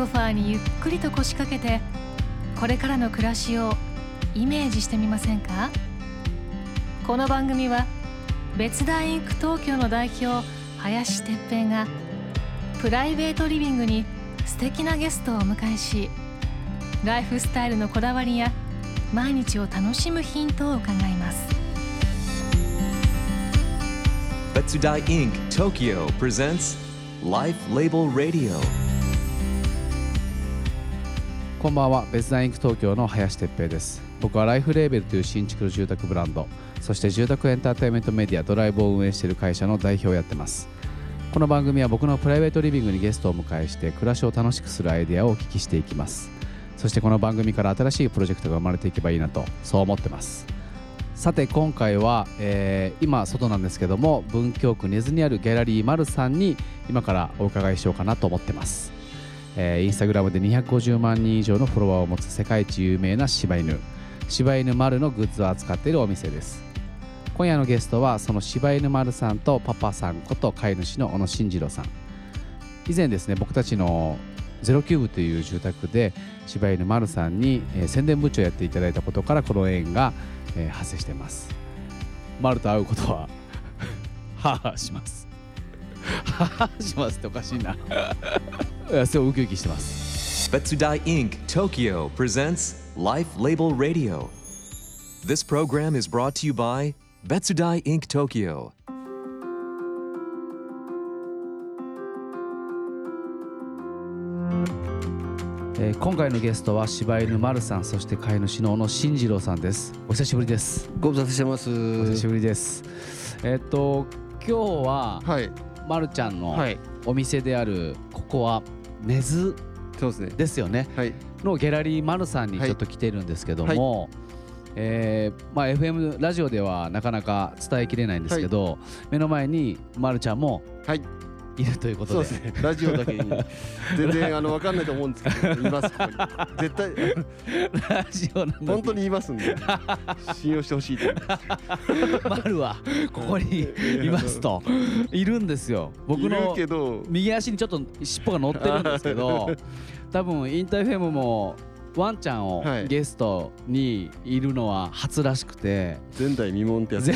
ソファーにゆっくりと腰掛けて、これからの暮らしをイメージしてみませんか？この番組は別大インク東京の代表林哲平がプライベートリビングに素敵なゲストをお迎えし、ライフスタイルのこだわりや毎日を楽しむヒントを伺います。 別大インクTokyo presents Life Label Radio。 こんばんは、別大インク東京の林哲平です。僕はライフレーベルという新築の住宅ブランド、そして住宅エンターテインメントメディアドライブを運営している会社の代表をやってます。この番組は僕のプライベートリビングにゲストをお迎えして暮らしを楽しくするアイデアをお聞きしていきます。そしてこの番組から新しいプロジェクトが生まれていけばいいなと、そう思ってます。さて今回は、今外なんですけども、文京区根津にあるギャラリーマルさんに今からお伺いしようかなと思ってます。インスタグラムで250万人以上のフォロワーを持つ世界一有名な柴犬マルのグッズを扱っているお店です。今夜のゲストはその柴犬マルさんとパパさんこと飼い主の小野伸二郎さん。以前ですね、僕たちの09部という住宅で柴犬マルさんに、宣伝部長をやっていただいたことからこの縁が、発生しています。マルと会うことははぁしますはぁしますっておかしいなすごいウキウキしてます。 別大インクTokyo presents Life Label Radio。 This program is brought to you by 別大インクTokyo。 今回のゲストは柴犬マルさん、そして飼い主の小野伸二郎さんです。お久しぶりです。 ご無沙汰してます。 お久しぶりです。今日は、はい、マルちゃんのお店である、ここは根津ですよね、はい、のギャラリーマルさんにちょっと来てるんですけども、FM ラジオではなかなか伝えきれないんですけど、目の前にマルちゃんもいるということで、 そうですね、ラジオだけに全然分かんないと思うんですけどいます。ここに絶対ラジオなんだ、 本当にいますんで信用してほしいとマルはここにいますといるんですよ。僕の右足にちょっと尻尾が乗ってるんですけど多分インターフェムもワンちゃんをゲストにいるのは初らしくて、 前代未聞ってやつ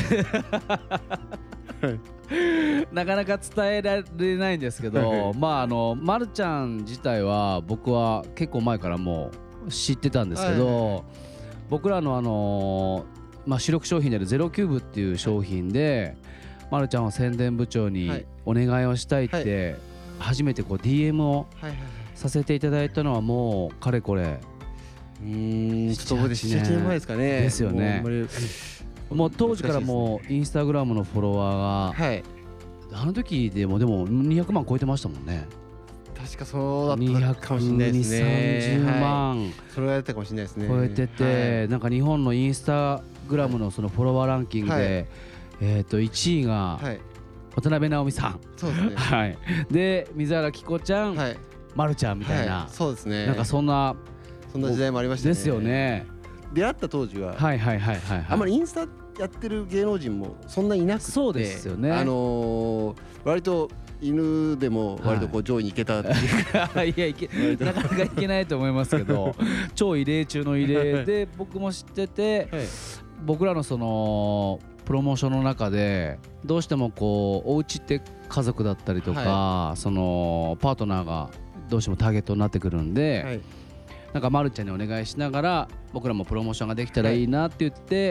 なかなか伝えられないんですけど、まるちゃん自体は僕は結構前からもう知ってたんですけど、僕らの主力商品である09部っていう商品で、まるちゃんを宣伝部長にお願いをしたいって初めてこう DM をさせていただいたのはもうかれこれちょっと覚えて7年前ですかね。 ですよね。もう当時からもうインスタグラムのフォロワーが、あの時でも200万超えてましたもんね。 確かそうだったかもしれないですね。 230万それはやったかもしれないですね。 超えてて、なんか日本のインスタグラムのそのフォロワーランキングで1位が渡辺直美さん、 そうですね、 はい、で水原希子ちゃん、まるちゃんみたいな、 そうですね、 なんかそんな時代もありましたね。ですよね。 出会った当時はあんまりインスタやってる芸能人もそんないなくて、 そうですよね、 割と犬でも割とこう上位に行けたっていう、 なかなかいけないと思いますけど超異例中の異例で僕も知ってて、僕らのそのプロモーションの中でどうしてもこうお家って家族だったりとか、そのパートナーがどうしてもターゲットになってくるんで、なんかまるちゃんにお願いしながら僕らもプロモーションができたらいいなって言って、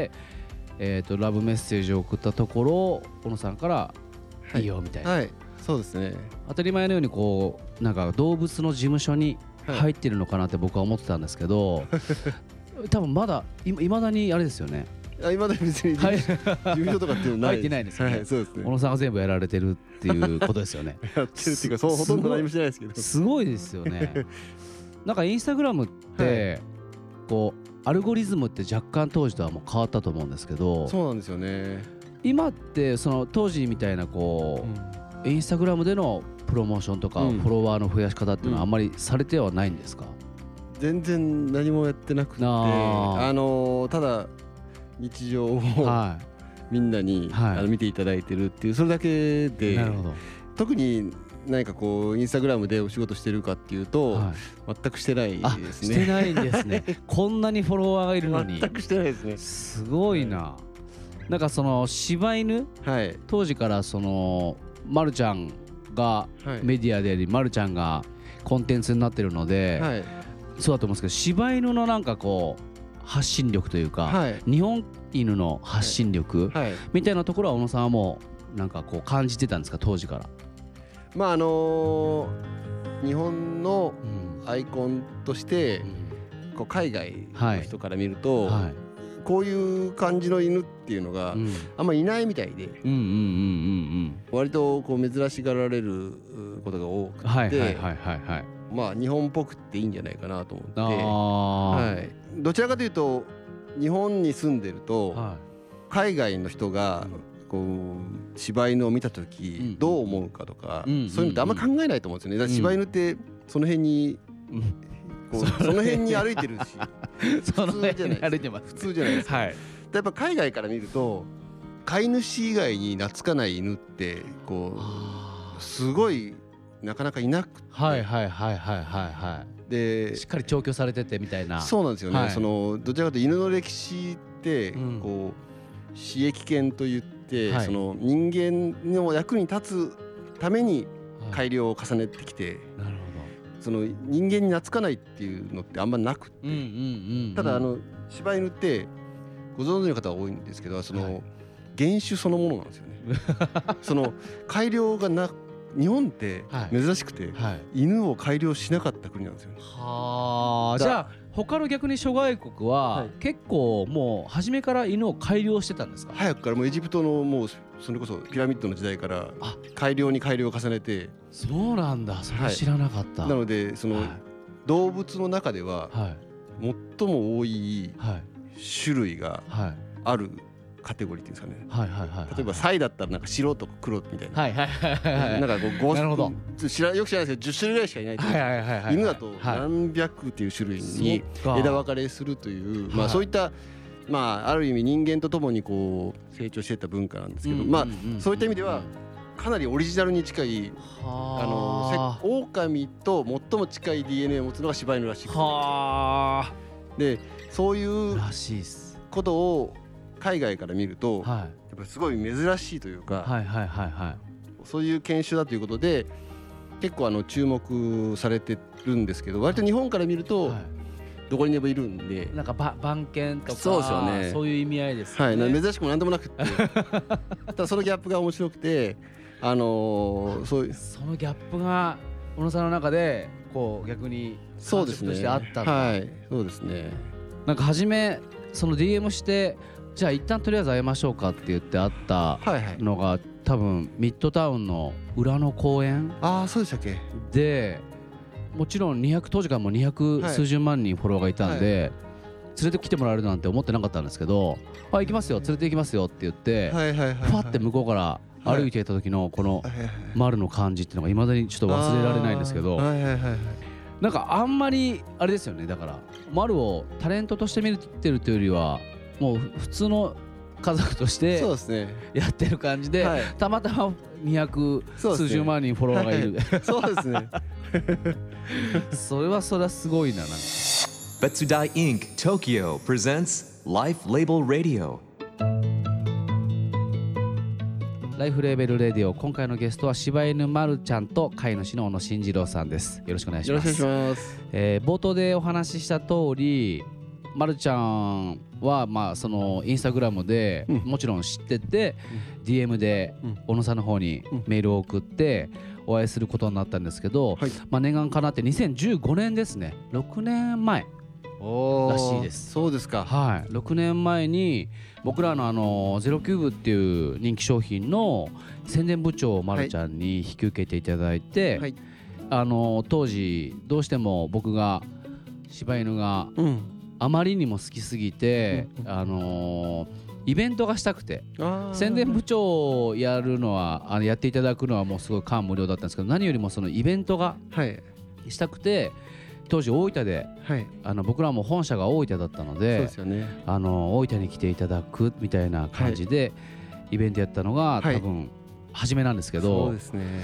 ラブメッセージを送ったところ、小野さんからいいよみたいな、 そうですね、 当たり前のようにこうなんか動物の事務所に入ってるのかなって僕は思ってたんですけど、多分まだいまだにあれですよね。 いまだに別に事務所とかっていうのは入ってないですよね。そうですね。小野さんが全部やられてるっていうことですよね。 やってるっていうか、そうほとんど何もしてないですけど。 すごいですよね。なんかインスタグラムってこうアルゴリズムって若干当時とはもう変わったと思うんですけど、 そうなんですよね。 今ってその当時みたいなこう、インスタグラムでのプロモーションとかフォロワーの増やし方っていうのはあんまりされてはないんですか？ 全然何もやってなくて、ただ日常をみんなに見ていただいてるっていう、それだけで、特に何かこうインスタグラムでお仕事してるかっていうと、 はい、 全くしてないですね。 してないんですねこんなにフォロワーがいるのに全くしてないですね。 すごいな。なんかその柴犬、 はい、 当時からそのまるちゃんがメディアであり、まるちゃんがコンテンツになってるので、 はい、 そうだと思うんですけど、柴犬のなんかこう発信力というか、 はい、 日本犬の発信力、 はい、 みたいなところは小野さんはもうなんかこう感じてたんですか、当時から。 まあ日本のアイコンとしてこう海外の人から見ると、はいはい、こういう感じの犬っていうのがあんまりいないみたいで、割とこう珍しがられることが多くて、まあ日本っぽくっていいんじゃないかなと思って、はい、どちらかというと日本に住んでると、はい、海外の人がこう柴犬を見た時どう思うかとか、そういうのってあんま考えないと思うんですよね。だから柴犬ってその辺にこうその辺に歩いてるし普通じゃないですか。普通じゃないですか。やっぱ海外から見ると飼い主以外に懐かない犬ってこうすごいなかなかいなくて、でしっかり調教されててみたいな。 そうなんですよね、はい、そのどちらかというと犬の歴史ってこう刺激犬といって、はい、その人間の役に立つために改良を重ねてきて、なるほど、その人間に懐かないっていうのってあんまなくて、ただ柴犬ってご存知の方が多いんですけど、その、はい、原種そのものなんですよねその改良が日本って珍しくて、はい、犬を改良しなかった国なんですよね。 はあ、じゃあ他の逆に諸外国は、はい、結構もう初めから犬を改良してたんですか？ 早くからもうエジプトのもうそれこそピラミッドの時代から改良に改良を重ねて。 そうなんだ、それ知らなかった、 はい、なのでその、はい、動物の中では、はい、最も多い種類があるカテゴリーっていうんですかね。例えばサイだったらなんか白と黒みたいな、なんかこうなるほど、よく知らないですけど10種類ぐらいしかいないと思うんですけど、犬だと何百っていう種類に枝分かれするという、まあそういったまあある意味人間とともにこう成長していった文化なんですけど、まあそういった意味ではかなりオリジナルに近い狼と最も近い DNA を持つのが柴犬らしいで、そういうことを海外から見ると、はい、やっぱすごい珍しいというか、そういう犬種だということで結構注目されてるんですけど、割と日本から見ると、はい、どこにでもいるんで、 なんか番犬とかそうですよね、 そういう意味合いですね。 はい、珍しくもなんでもなくってただそのギャップが面白くて、そのギャップが小野さんの中でこう逆に感触としてあったんだ。 はい、そうですね。 なんか初めその DM してじゃあ一旦とりあえず会いましょうかって言って会ったのが、多分ミッドタウンの裏の公園。 そうでしたっけ。 でもちろん当時からもう200数十万人フォロワーがいたんで、連れてきてもらえるなんて思ってなかったんですけど、行きますよ、連れて行きますよって言って、ファって向こうから歩いていた時のこの丸の感じっていうのがいまだにちょっと忘れられないんですけど、なんかあんまりあれですよね。だから丸をタレントとして見てるというよりはもう普通の家族としてやってる感じで、たまたま200数十万人フォロワーがいる。 そうですね。 それはすごいな。 Betsudai Inc. Tokyo presents Life Label Radio。 ライフレーベルレディオ、今回のゲストは柴犬まるちゃんと飼い主の小野伸二郎さんです。よろしくお願いします。 よろしくお願いします。 冒頭でお話しした通り、まるちゃんはまあそのインスタグラムでもちろん知ってて、DM で小野さんの方にメールを送ってお会いすることになったんですけど、まあ念願かなって2015年ですね、6年前らしいです。 そうですか。 はい、6年前に僕らのゼロキューブっていう人気商品の宣伝部長をまるちゃんに引き受けていただいて、当時どうしても僕が柴犬があまりにも好きすぎて、イベントがしたくて、宣伝部長をやるのはやっていただくのはもうすごい感無量だったんですけど、何よりもそのイベントがしたくて、当時大分で、僕らも本社が大分だったので、大分に来ていただくみたいな感じでイベントやったのが多分初めなんですけど、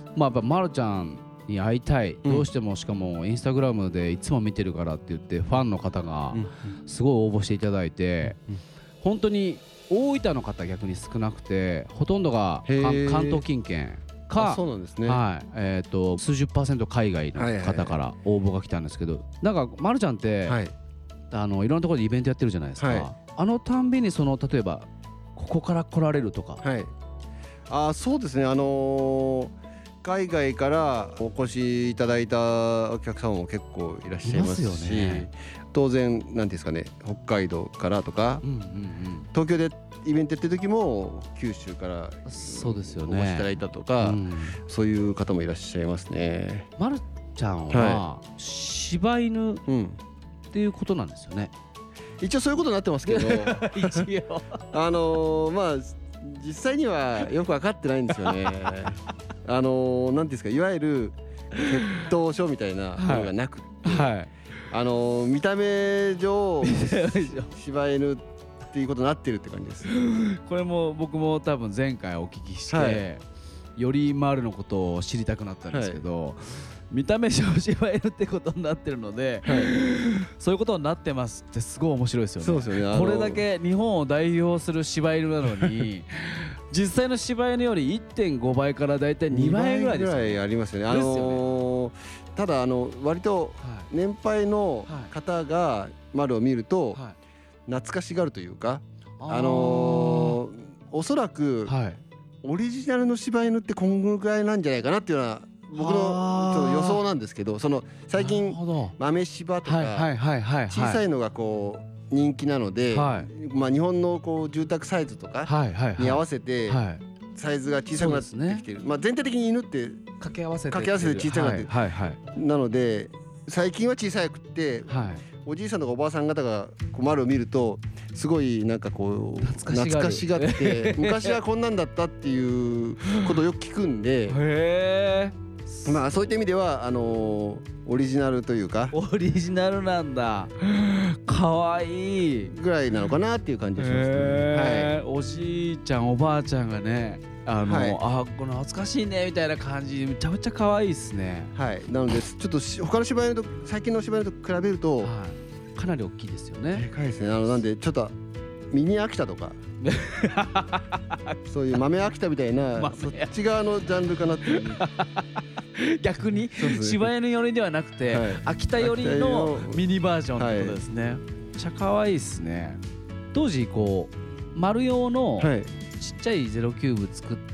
やっぱまるちゃんに会いたい、どうしても、しかもインスタグラムでいつも見てるからって言ってファンの方がすごい応募していただいて、本当に大分の方逆に少なくて、ほとんどが関東近県か、 そうなんですね、 数十%海外の方から応募が来たんですけど、なんかまるちゃんって、いろんなところでイベントやってるじゃないですか、あのたんびに例えばここから来られるとか、 そうですね、海外からお越しいただいたお客様も結構いらっしゃいますし、当然なんていうんですかね、北海道からとか、東京でイベントやってる時も九州からそうですよね、 お越しいただいたとか、そういう方もいらっしゃいますね。 まるちゃんは柴犬っていうことなんですよね。 一応そういうことになってますけど一応実際にはよく分かってないんですよね。なんていうんですか、いわゆる血統書みたいなものがなくて、見た目上柴犬っていうことになってるって感じです。 これも僕も多分前回お聞きして、よりマルのことを知りたくなったんですけど、見た目上柴犬ってことになってるので、そういうことになってますってすごい面白いですよね。 そうですよね。 これだけ日本を代表する柴犬なのに実際の柴犬より 1.5 倍からだいたい2倍ぐらいですよね。 2倍ぐらいありますよね。ただ割と年配の方が丸を見ると懐かしがるというか、おそらくオリジナルの柴犬ってこんぐらいなんじゃないかなっていうのは僕の予想なんですけど、最近豆柴とか小さいのがこう人気なので、日本のこう住宅サイズとかに合わせてサイズが小さくなってきてる。全体的に犬って掛け合わせて小さくなってる。なので最近は小さくて、おじいさんとかおばあさん方がこう丸を見るとすごいなんかこう懐かしがって昔はこんなんだったっていうことをよく聞くんで、そういった意味ではオリジナルというか、 オリジナルなんだ、かわいいぐらいなのかなっていう感じがしますね。 おじいちゃんおばあちゃんがね、この懐かしいねみたいな感じ、めちゃめちゃ可愛いですね。 なのでちょっと他の柴犬と最近の柴犬と比べると、 かなり大きいですよね。 でかいですね。なんでちょっとミニ秋田とかそういう豆秋田みたいなそっち側のジャンルかなっていう逆に柴犬寄りではなくて、秋田寄りのミニバージョンってことですね。めっちゃ可愛いですね。当時こう丸用のちっちゃいゼロキューブ作って、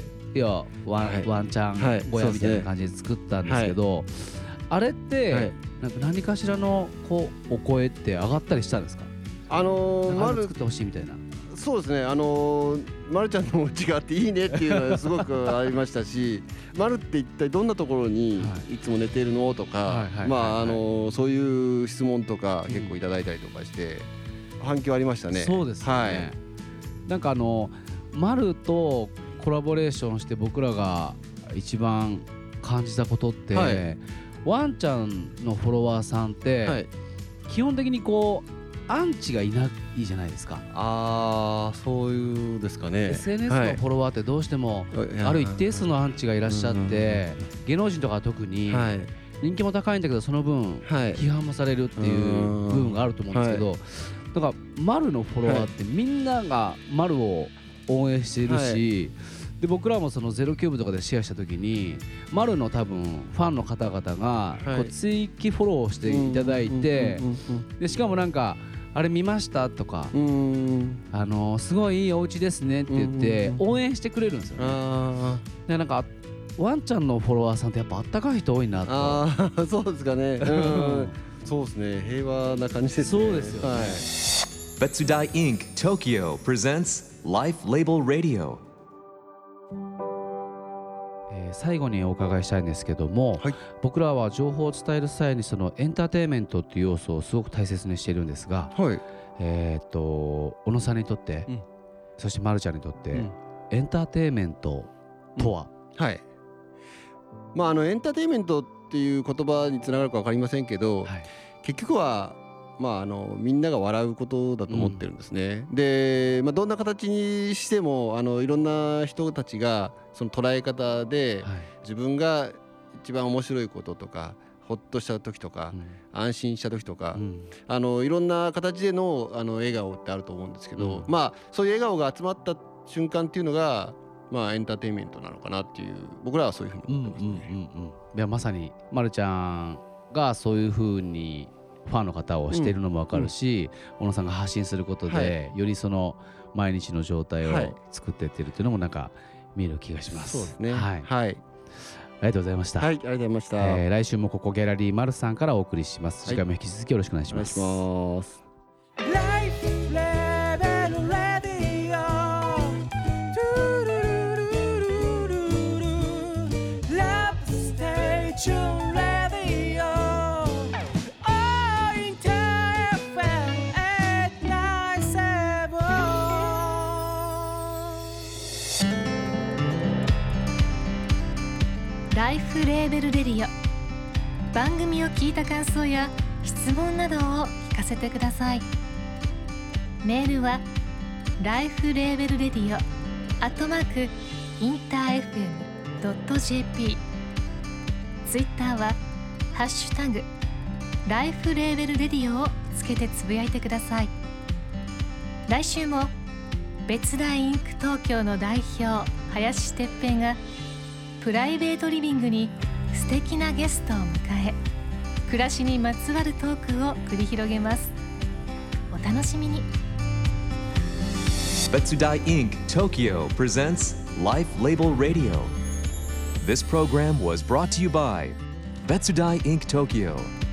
ワンちゃん小屋みたいな感じで作ったんですけど、あれってなんか何かしらのこうお声って上がったりしたんですか？丸作ってほしいみたいな。 そうですね、まるちゃんのお家があっていいねっていうのはすごくありましたしまるって一体どんなところにいつも寝てるのとか、そういう質問とか結構いただいたりとかして反響ありましたね。 そうですね、なんかまるとコラボレーションして僕らが一番感じたことって、ワンちゃんのフォロワーさんって、基本的にこうアンチがいないじゃないですか。 そういうですかね。 SNS のフォロワーってどうしてもある一定数のアンチがいらっしゃって、芸能人とかは特に人気も高いんだけどその分批判もされるっていう部分があると思うんですけど、だから丸のフォロワーってみんなが丸を応援しているし、で僕らもそのゼロキューブとかでシェアした時に丸の多分ファンの方々がこう追記フォローしていただいて、でしかもなんかあれ見ましたとか、すごいいいお家ですねって言って応援してくれるんですよね。でなんかワンちゃんのフォロワーさんってやっぱあったかい人多いなと。 そうですかね。そうですね、平和な感じですね。 そうですよね。 Betsudai Inc. Tokyo presents Life Label Radio。 最後にお伺いしたいんですけども、僕らは情報を伝える際にそのエンターテインメントっていう要素をすごく大切にしているんですが、小野さんにとって、そしてまるちゃんにとって、エンターテインメントとは？ エンターテインメントっていう言葉につながるか分かりませんけど、結局はみんなが笑うことだと思ってるんですね。で、どんな形にしてもいろんな人たちがその捉え方で、自分が一番面白いこととかほっとした時とか、安心した時とか、いろんな形での笑顔ってあると思うんですけど、そういう笑顔が集まった瞬間っていうのがエンターテインメントなのかなっていう、僕らはそういうふうに思ってますね。 いやまさにまるちゃんがそういうふうにファンの方をしているのも分かるし、小野さんが発信することで、よりその毎日の状態を作っていってるっていうのもなんか見える気がします。 そうですね。 はい、ありがとうございました。 はい、ありがとうございました。 来週もここギャラリーマルさんからお送りします。次回も引き続きよろしくお願いします。 お願いします。 ライフレーベルレディオ。番組を聞いた感想や質問などを聞かせてください。メールは liferadio@interfm.jp、 ツイッターはハッシュタグライフレーベルレディオをつけてつぶやいてください。来週も別大インク東京の代表林哲平がプライベートリビングに素敵なゲストを迎え、暮らしにまつわるトークを繰り広げます。お楽しみに。 Betsudai Inc. Tokyo presents Life Label Radio. This program was brought to you by Betsudai Inc. Tokyo.